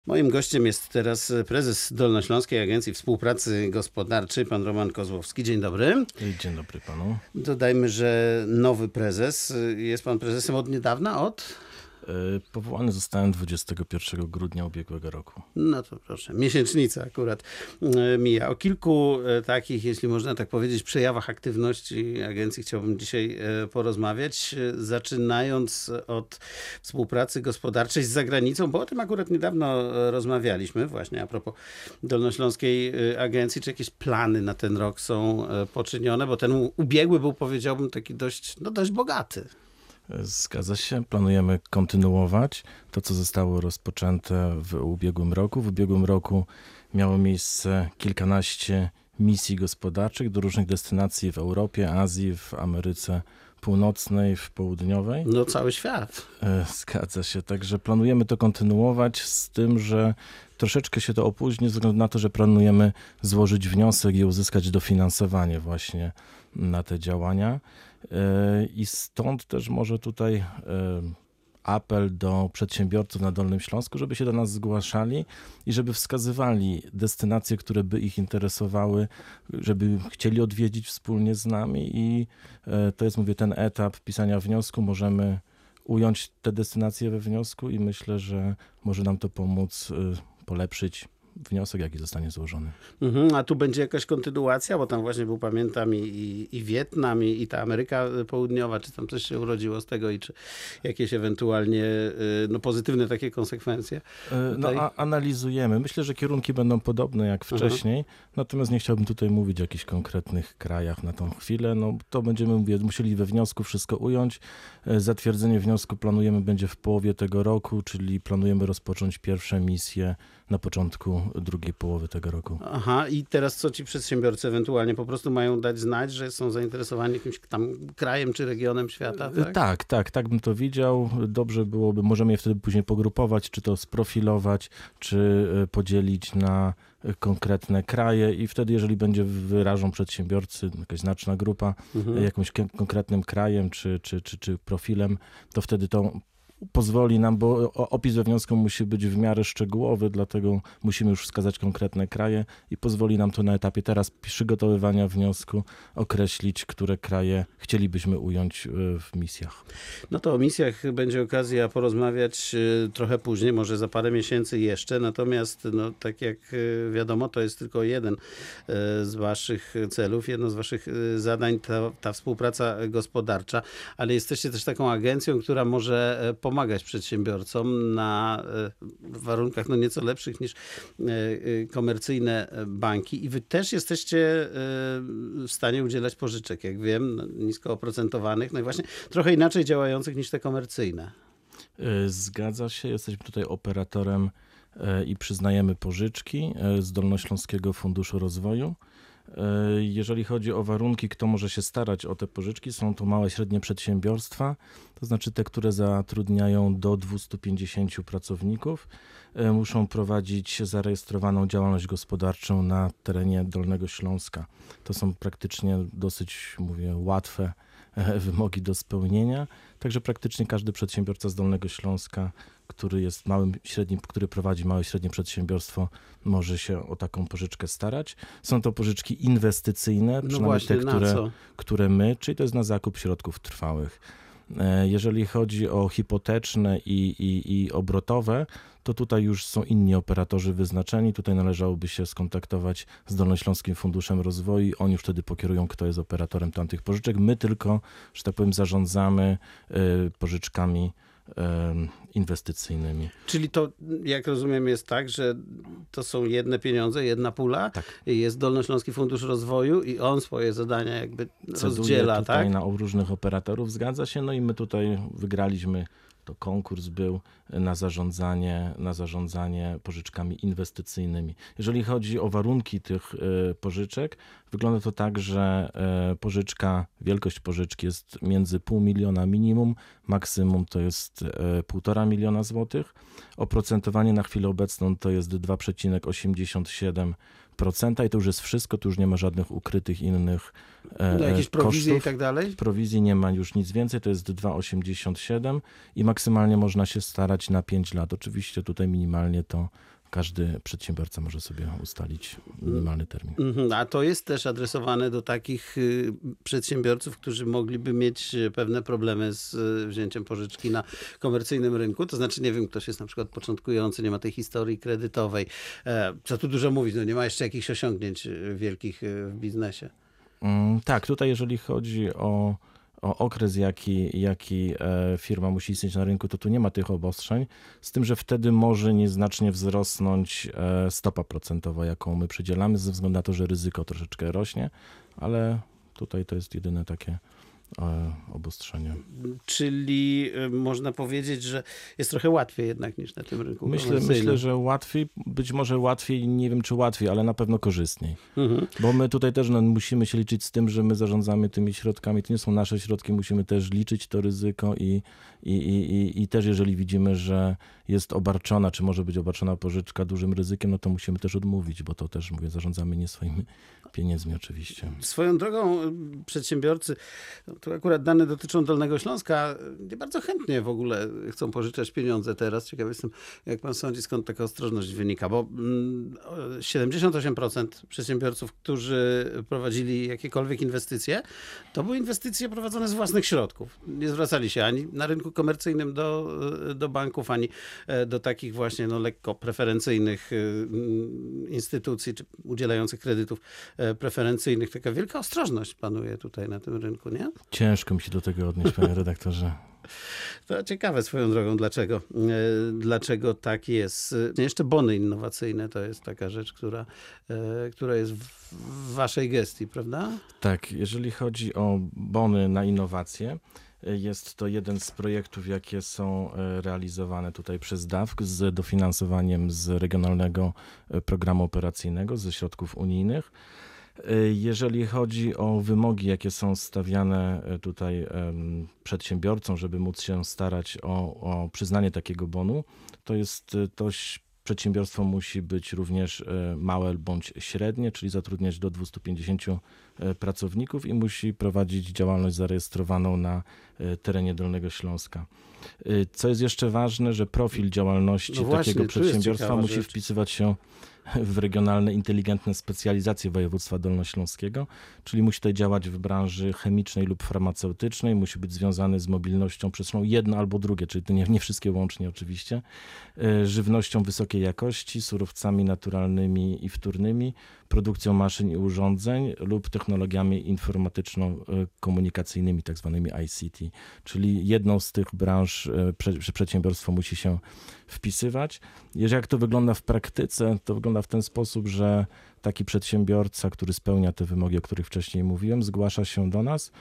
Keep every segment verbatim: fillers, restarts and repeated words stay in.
Moim gościem jest teraz prezes Dolnośląskiej Agencji Współpracy Gospodarczej, pan Roman Kozłowski. Dzień dobry. Dzień dobry panu. Dodajmy, że nowy prezes. Jest pan prezesem od niedawna, od? Powołany zostałem dwudziestego pierwszego grudnia ubiegłego roku. No to proszę, miesięcznica akurat mija. O kilku takich, jeśli można tak powiedzieć, przejawach aktywności agencji chciałbym dzisiaj porozmawiać, zaczynając od współpracy gospodarczej z zagranicą, bo o tym akurat niedawno rozmawialiśmy, właśnie a propos Dolnośląskiej Agencji. Czy jakieś plany na ten rok są poczynione? Bo ten ubiegły był, powiedziałbym, taki dość, no dość bogaty. Zgadza się. Planujemy kontynuować to, co zostało rozpoczęte w ubiegłym roku. W ubiegłym roku miało miejsce kilkanaście misji gospodarczych do różnych destynacji w Europie, Azji, w Ameryce Północnej, w Południowej. No cały świat. Zgadza się. Także planujemy to kontynuować z tym, że troszeczkę się to opóźni ze względu na to, że planujemy złożyć wniosek i uzyskać dofinansowanie właśnie na te działania. I stąd też może tutaj apel do przedsiębiorców na Dolnym Śląsku, żeby się do nas zgłaszali i żeby wskazywali destynacje, które by ich interesowały, żeby chcieli odwiedzić wspólnie z nami i to jest, mówię, ten etap pisania wniosku. Możemy ująć te destynacje we wniosku i myślę, że może nam to pomóc polepszyć wniosek, jaki zostanie złożony. Mhm, a tu będzie jakaś kontynuacja, bo tam właśnie był, pamiętam, i, i, i Wietnam, i, i ta Ameryka Południowa, czy tam coś się urodziło z tego i czy jakieś ewentualnie no, pozytywne takie konsekwencje? No, a, analizujemy. Myślę, że kierunki będą podobne jak wcześniej, mhm. Natomiast nie chciałbym tutaj mówić o jakichś konkretnych krajach na tą chwilę. No, to będziemy, mówię, musieli we wniosku wszystko ująć. Zatwierdzenie wniosku planujemy będzie w połowie tego roku, czyli planujemy rozpocząć pierwsze misje na początku drugiej połowy tego roku. Aha, i teraz co ci przedsiębiorcy ewentualnie po prostu mają dać znać, że są zainteresowani jakimś tam krajem czy regionem świata? Tak, tak, tak, tak bym to widział. Dobrze byłoby, możemy je wtedy później pogrupować, czy to sprofilować, czy podzielić na konkretne kraje i wtedy, jeżeli będzie wyrażą przedsiębiorcy, jakaś znaczna grupa, mhm. jakimś konkretnym krajem czy, czy, czy, czy profilem, to wtedy to pozwoli nam, bo opis we wniosku musi być w miarę szczegółowy, dlatego musimy już wskazać konkretne kraje i pozwoli nam to na etapie teraz przygotowywania wniosku określić, które kraje chcielibyśmy ująć w misjach. No to o misjach będzie okazja porozmawiać trochę później, może za parę miesięcy jeszcze, natomiast no, tak jak wiadomo, to jest tylko jeden z waszych celów, jedno z waszych zadań, ta, ta współpraca gospodarcza, ale jesteście też taką agencją, która może pomagać pomagać przedsiębiorcom na warunkach no nieco lepszych niż komercyjne banki i wy też jesteście w stanie udzielać pożyczek, jak wiem, nisko oprocentowanych, no i właśnie trochę inaczej działających niż te komercyjne. Zgadza się, jesteśmy tutaj operatorem i przyznajemy pożyczki z Dolnośląskiego Funduszu Rozwoju. Jeżeli chodzi o warunki, kto może się starać o te pożyczki, są to małe, średnie przedsiębiorstwa, to znaczy te, które zatrudniają do dwieście pięćdziesiąt pracowników, muszą prowadzić zarejestrowaną działalność gospodarczą na terenie Dolnego Śląska. To są praktycznie dosyć, mówię, łatwe wymogi do spełnienia, także praktycznie każdy przedsiębiorca z Dolnego Śląska, który jest małym, średnim, który prowadzi małe, średnie przedsiębiorstwo, może się o taką pożyczkę starać. Są to pożyczki inwestycyjne, no przynajmniej właśnie, te, które, co? które my, czyli to jest na zakup środków trwałych. Jeżeli chodzi o hipoteczne i, i, i obrotowe, to tutaj już są inni operatorzy wyznaczeni. Tutaj należałoby się skontaktować z Dolnośląskim Funduszem Rozwoju i oni już wtedy pokierują, kto jest operatorem tamtych pożyczek. My tylko, że tak powiem, zarządzamy pożyczkami inwestycyjnymi. Czyli to, jak rozumiem, jest tak, że to są jedne pieniądze, jedna pula, tak. Jest Dolnośląski Fundusz Rozwoju i on swoje zadania jakby Ceduje rozdziela, tutaj tak? na różnych operatorów, zgadza się, no i my tutaj wygraliśmy, to konkurs był na zarządzanie, na zarządzanie pożyczkami inwestycyjnymi. Jeżeli chodzi o warunki tych pożyczek, wygląda to tak, że pożyczka, wielkość pożyczki jest między pół miliona minimum, maksimum to jest półtora miliona złotych. Oprocentowanie na chwilę obecną to jest dwa przecinek osiemdziesiąt siedem procent i to już jest wszystko, tu już nie ma żadnych ukrytych innych e, No, jakieś prowizje kosztów. i tak dalej? Prowizji nie ma już nic więcej, to jest dwa przecinek osiemdziesiąt siedem i maksymalnie można się starać na pięć lat. Oczywiście tutaj minimalnie to każdy przedsiębiorca może sobie ustalić minimalny termin. Mhm, a to jest też adresowane do takich y, przedsiębiorców, którzy mogliby mieć y, pewne problemy z y, wzięciem pożyczki na komercyjnym rynku. To znaczy, nie wiem, ktoś jest na przykład początkujący, nie ma tej historii kredytowej. E, co tu dużo mówić, no nie ma jeszcze jakichś osiągnięć y, wielkich y, w biznesie. Mm, tak, tutaj jeżeli chodzi o o okres, jaki, jaki e, firma musi istnieć na rynku, to tu nie ma tych obostrzeń, z tym, że wtedy może nieznacznie wzrosnąć e, stopa procentowa, jaką my przydzielamy, ze względu na to, że ryzyko troszeczkę rośnie, ale tutaj to jest jedyne takie e, obostrzenie. Czyli y, można powiedzieć, że jest trochę łatwiej jednak niż na tym rynku Myślę, komercyjnym. myślę, że łatwiej, być może łatwiej, nie wiem czy łatwiej, ale na pewno korzystniej. Mhm. Bo my tutaj też no, musimy się liczyć z tym, że my zarządzamy tymi środkami. To nie są nasze środki, musimy też liczyć to ryzyko i, i, i, i, i też jeżeli widzimy, że jest obarczona, czy może być obarczona pożyczka dużym ryzykiem, no to musimy też odmówić, bo to też, mówię, zarządzamy nie swoimi pieniędzmi oczywiście. Swoją drogą y, przedsiębiorcy, no, tu akurat dane dotyczą Dolnego Śląska, nie bardzo chętnie w ogóle chcą pożyczać pieniądze teraz. Ciekaw jestem, jak pan sądzi, skąd taka ostrożność wynika, bo mm, siedemdziesiąt osiem procent przedsiębiorców, którzy prowadzili jakiekolwiek inwestycje, to były inwestycje prowadzone z własnych środków. Nie zwracali się ani na rynku komercyjnym do, do banków, ani do takich właśnie no, lekko preferencyjnych instytucji, czy udzielających kredytów preferencyjnych. Taka wielka ostrożność panuje tutaj na tym rynku, nie? Ciężko mi się do tego odnieść, panie redaktorze. To ciekawe swoją drogą, dlaczego, e, dlaczego tak jest. Jeszcze bony innowacyjne to jest taka rzecz, która, e, która jest w, w waszej gestii, prawda? Tak, jeżeli chodzi o bony na innowacje, jest to jeden z projektów, jakie są realizowane tutaj przez D A W K z dofinansowaniem z Regionalnego Programu Operacyjnego, ze środków unijnych. Jeżeli chodzi o wymogi, jakie są stawiane tutaj przedsiębiorcom, żeby móc się starać o, o przyznanie takiego bonu, to jest to przedsiębiorstwo musi być również małe bądź średnie, czyli zatrudniać do dwieście pięćdziesiąt pracowników i musi prowadzić działalność zarejestrowaną na terenie Dolnego Śląska. Co jest jeszcze ważne, że profil działalności no właśnie, takiego przedsiębiorstwa musi rzecz. wpisywać się w regionalne inteligentne specjalizacje województwa dolnośląskiego, czyli musi tutaj działać w branży chemicznej lub farmaceutycznej, musi być związany z mobilnością przestrzenną, jedno albo drugie, czyli to nie, nie wszystkie łącznie oczywiście, żywnością wysokiej jakości, surowcami naturalnymi i wtórnymi, produkcją maszyn i urządzeń lub technologiami informatyczno-komunikacyjnymi, tak zwanymi I C T, czyli jedną z tych branż przedsiębiorstwo musi się wpisywać. Jeżeli jak to wygląda w praktyce, to wygląda w ten sposób, że taki przedsiębiorca, który spełnia te wymogi, o których wcześniej mówiłem, zgłasza się do nas.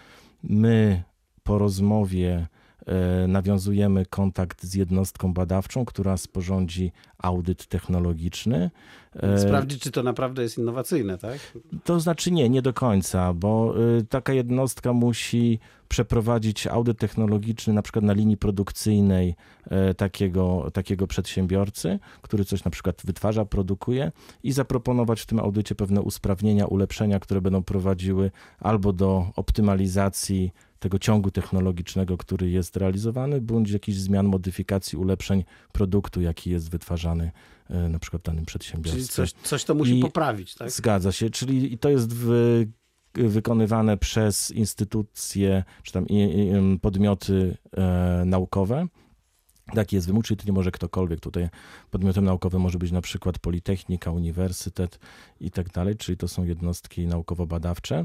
My po rozmowie nawiązujemy kontakt z jednostką badawczą, która sporządzi audyt technologiczny. Sprawdzić, czy to naprawdę jest innowacyjne, tak? To znaczy nie, nie do końca, bo taka jednostka musi przeprowadzić audyt technologiczny na przykład na linii produkcyjnej takiego, takiego przedsiębiorcy, który coś na przykład wytwarza, produkuje i zaproponować w tym audycie pewne usprawnienia, ulepszenia, które będą prowadziły albo do optymalizacji tego ciągu technologicznego, który jest realizowany, bądź jakichś zmian, modyfikacji, ulepszeń produktu, jaki jest wytwarzany na przykład w danym przedsiębiorstwie. Czyli coś, coś to musi I poprawić, tak? Zgadza się, czyli to jest w, wykonywane przez instytucje, czy tam podmioty e, naukowe. Taki jest wymóg, czyli to nie może ktokolwiek. Tutaj podmiotem naukowym może być na przykład Politechnika, Uniwersytet i tak dalej, czyli to są jednostki naukowo-badawcze.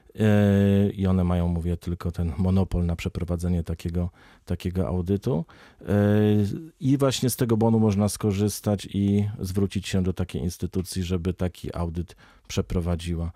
I one mają, mówię, tylko ten monopol na przeprowadzenie takiego, takiego audytu. I właśnie z tego bonu można skorzystać i zwrócić się do takiej instytucji, żeby taki audyt przeprowadziła.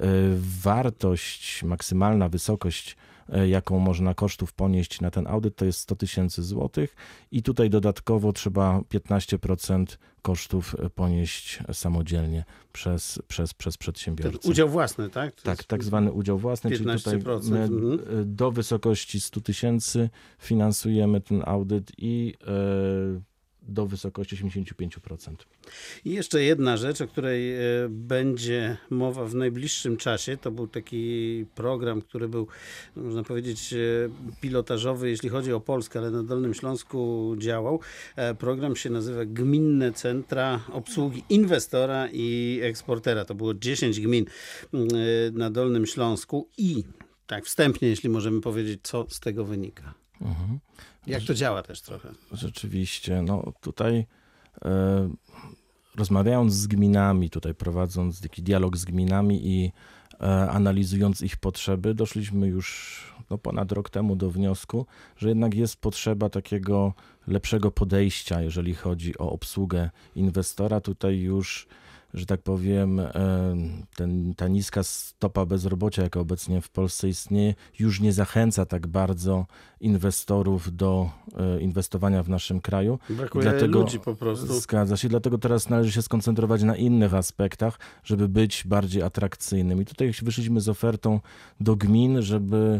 Wartość, maksymalna wysokość, jaką można kosztów ponieść na ten audyt, to jest sto tysięcy złotych i tutaj dodatkowo trzeba piętnaście procent kosztów ponieść samodzielnie przez, przez, przez przedsiębiorcę. Ten udział własny, tak? To tak, jest tak zwany udział własny, piętnaście procent. czyli tutaj my Mhm. do wysokości stu tysięcy finansujemy ten audyt i do wysokości osiemdziesiąt pięć procent. I jeszcze jedna rzecz, o której e, będzie mowa w najbliższym czasie, to był taki program, który był, no, można powiedzieć, e, pilotażowy, jeśli chodzi o Polskę, ale na Dolnym Śląsku działał. E, Program się nazywa Gminne Centra Obsługi Inwestora i Eksportera. To było dziesięć gmin e, na Dolnym Śląsku i tak wstępnie, jeśli możemy powiedzieć, co z tego wynika. Mhm. Jak to działa też trochę. Rzeczywiście, no tutaj e, rozmawiając z gminami, tutaj prowadząc taki dialog z gminami i e, analizując ich potrzeby, doszliśmy już no, ponad rok temu do wniosku, że jednak jest potrzeba takiego lepszego podejścia, jeżeli chodzi o obsługę inwestora. Tutaj już, że tak powiem, ten, ta niska stopa bezrobocia, jaka obecnie w Polsce istnieje, już nie zachęca tak bardzo inwestorów do inwestowania w naszym kraju. Brakuje Dlatego, ludzi po prostu. Zgadza się, dlatego teraz należy się skoncentrować na innych aspektach, żeby być bardziej atrakcyjnym. I tutaj wyszliśmy z ofertą do gmin, żeby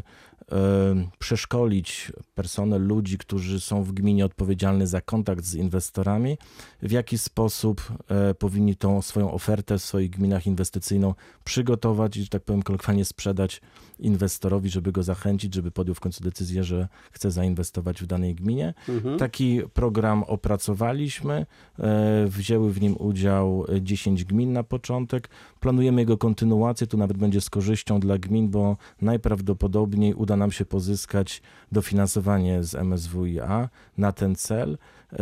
przeszkolić personel, ludzi, którzy są w gminie odpowiedzialni za kontakt z inwestorami, w jaki sposób powinni tą swoją ofertę w swoich gminach inwestycyjną przygotować i, że tak powiem, kolokwialnie sprzedać inwestorowi, żeby go zachęcić, żeby podjął w końcu decyzję, że chce zainwestować w danej gminie. Mhm. Taki program opracowaliśmy, wzięły w nim udział dziesięć gmin na początek. Planujemy jego kontynuację, tu nawet będzie z korzyścią dla gmin, bo najprawdopodobniej uda nam się pozyskać dofinansowanie z M S W i A na ten cel.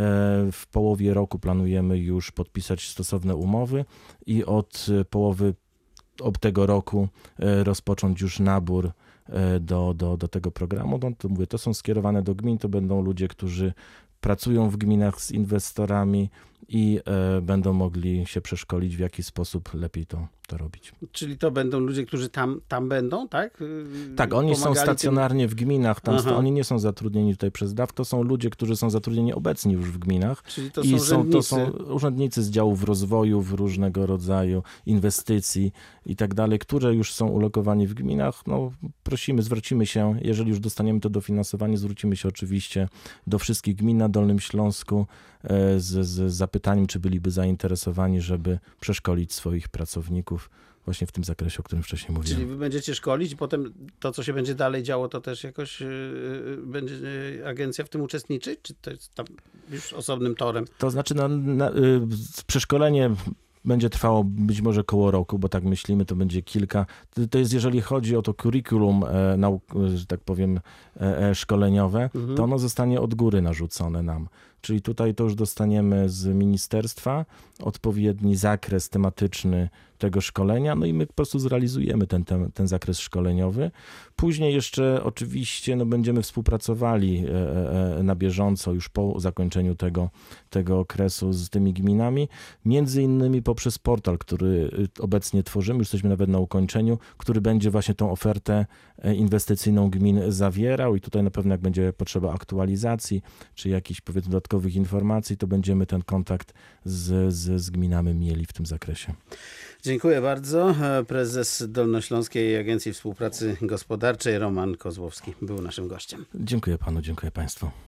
W połowie roku planujemy już podpisać stosowne umowy i od połowy od tego roku rozpocząć już nabór do, do, do tego programu. No, to mówię, to są skierowane do gmin, to będą ludzie, którzy pracują w gminach z inwestorami i e, będą mogli się przeszkolić, w jaki sposób lepiej to, to robić. Czyli to będą ludzie, którzy tam, tam będą, tak? Tak, oni Pomagali są stacjonarnie tym... w gminach, tam sta- oni nie są zatrudnieni tutaj przez D A W, to są ludzie, którzy są zatrudnieni obecnie już w gminach. Czyli to i są, są to są urzędnicy z działów rozwoju, różnego rodzaju inwestycji i tak dalej, które już są ulokowani w gminach. No, prosimy, zwrócimy się, jeżeli już dostaniemy to dofinansowanie, zwrócimy się oczywiście do wszystkich gmin na Dolnym Śląsku e, z, z zapytaniem, czy byliby zainteresowani, żeby przeszkolić swoich pracowników właśnie w tym zakresie, o którym wcześniej mówiłem. Czyli wy będziecie szkolić i potem to, co się będzie dalej działo, to też jakoś yy, będzie yy, agencja w tym uczestniczyć? Czy to jest tam już osobnym torem? To znaczy na, na, yy, przeszkolenie będzie trwało być może koło roku, bo tak myślimy, to będzie kilka. To, to jest, jeżeli chodzi o to curriculum, e, nauk- że tak powiem, e, e, szkoleniowe, mhm. to ono zostanie od góry narzucone nam. Czyli tutaj to już dostaniemy z ministerstwa odpowiedni zakres tematyczny tego szkolenia, no i my po prostu zrealizujemy ten, ten, ten zakres szkoleniowy. Później jeszcze oczywiście no, będziemy współpracowali e, e, na bieżąco już po zakończeniu tego, tego okresu z tymi gminami, między innymi poprzez portal, który obecnie tworzymy, już jesteśmy nawet na ukończeniu, który będzie właśnie tą ofertę inwestycyjną gmin zawierał i tutaj na pewno jak będzie potrzeba aktualizacji, czy jakichś powiedzmy dodatkowych informacji, to będziemy ten kontakt z, z, z gminami mieli w tym zakresie. Dziękuję bardzo. Prezes Dolnośląskiej Agencji Współpracy Gospodarczej Roman Kozłowski był naszym gościem. Dziękuję panu, dziękuję państwu.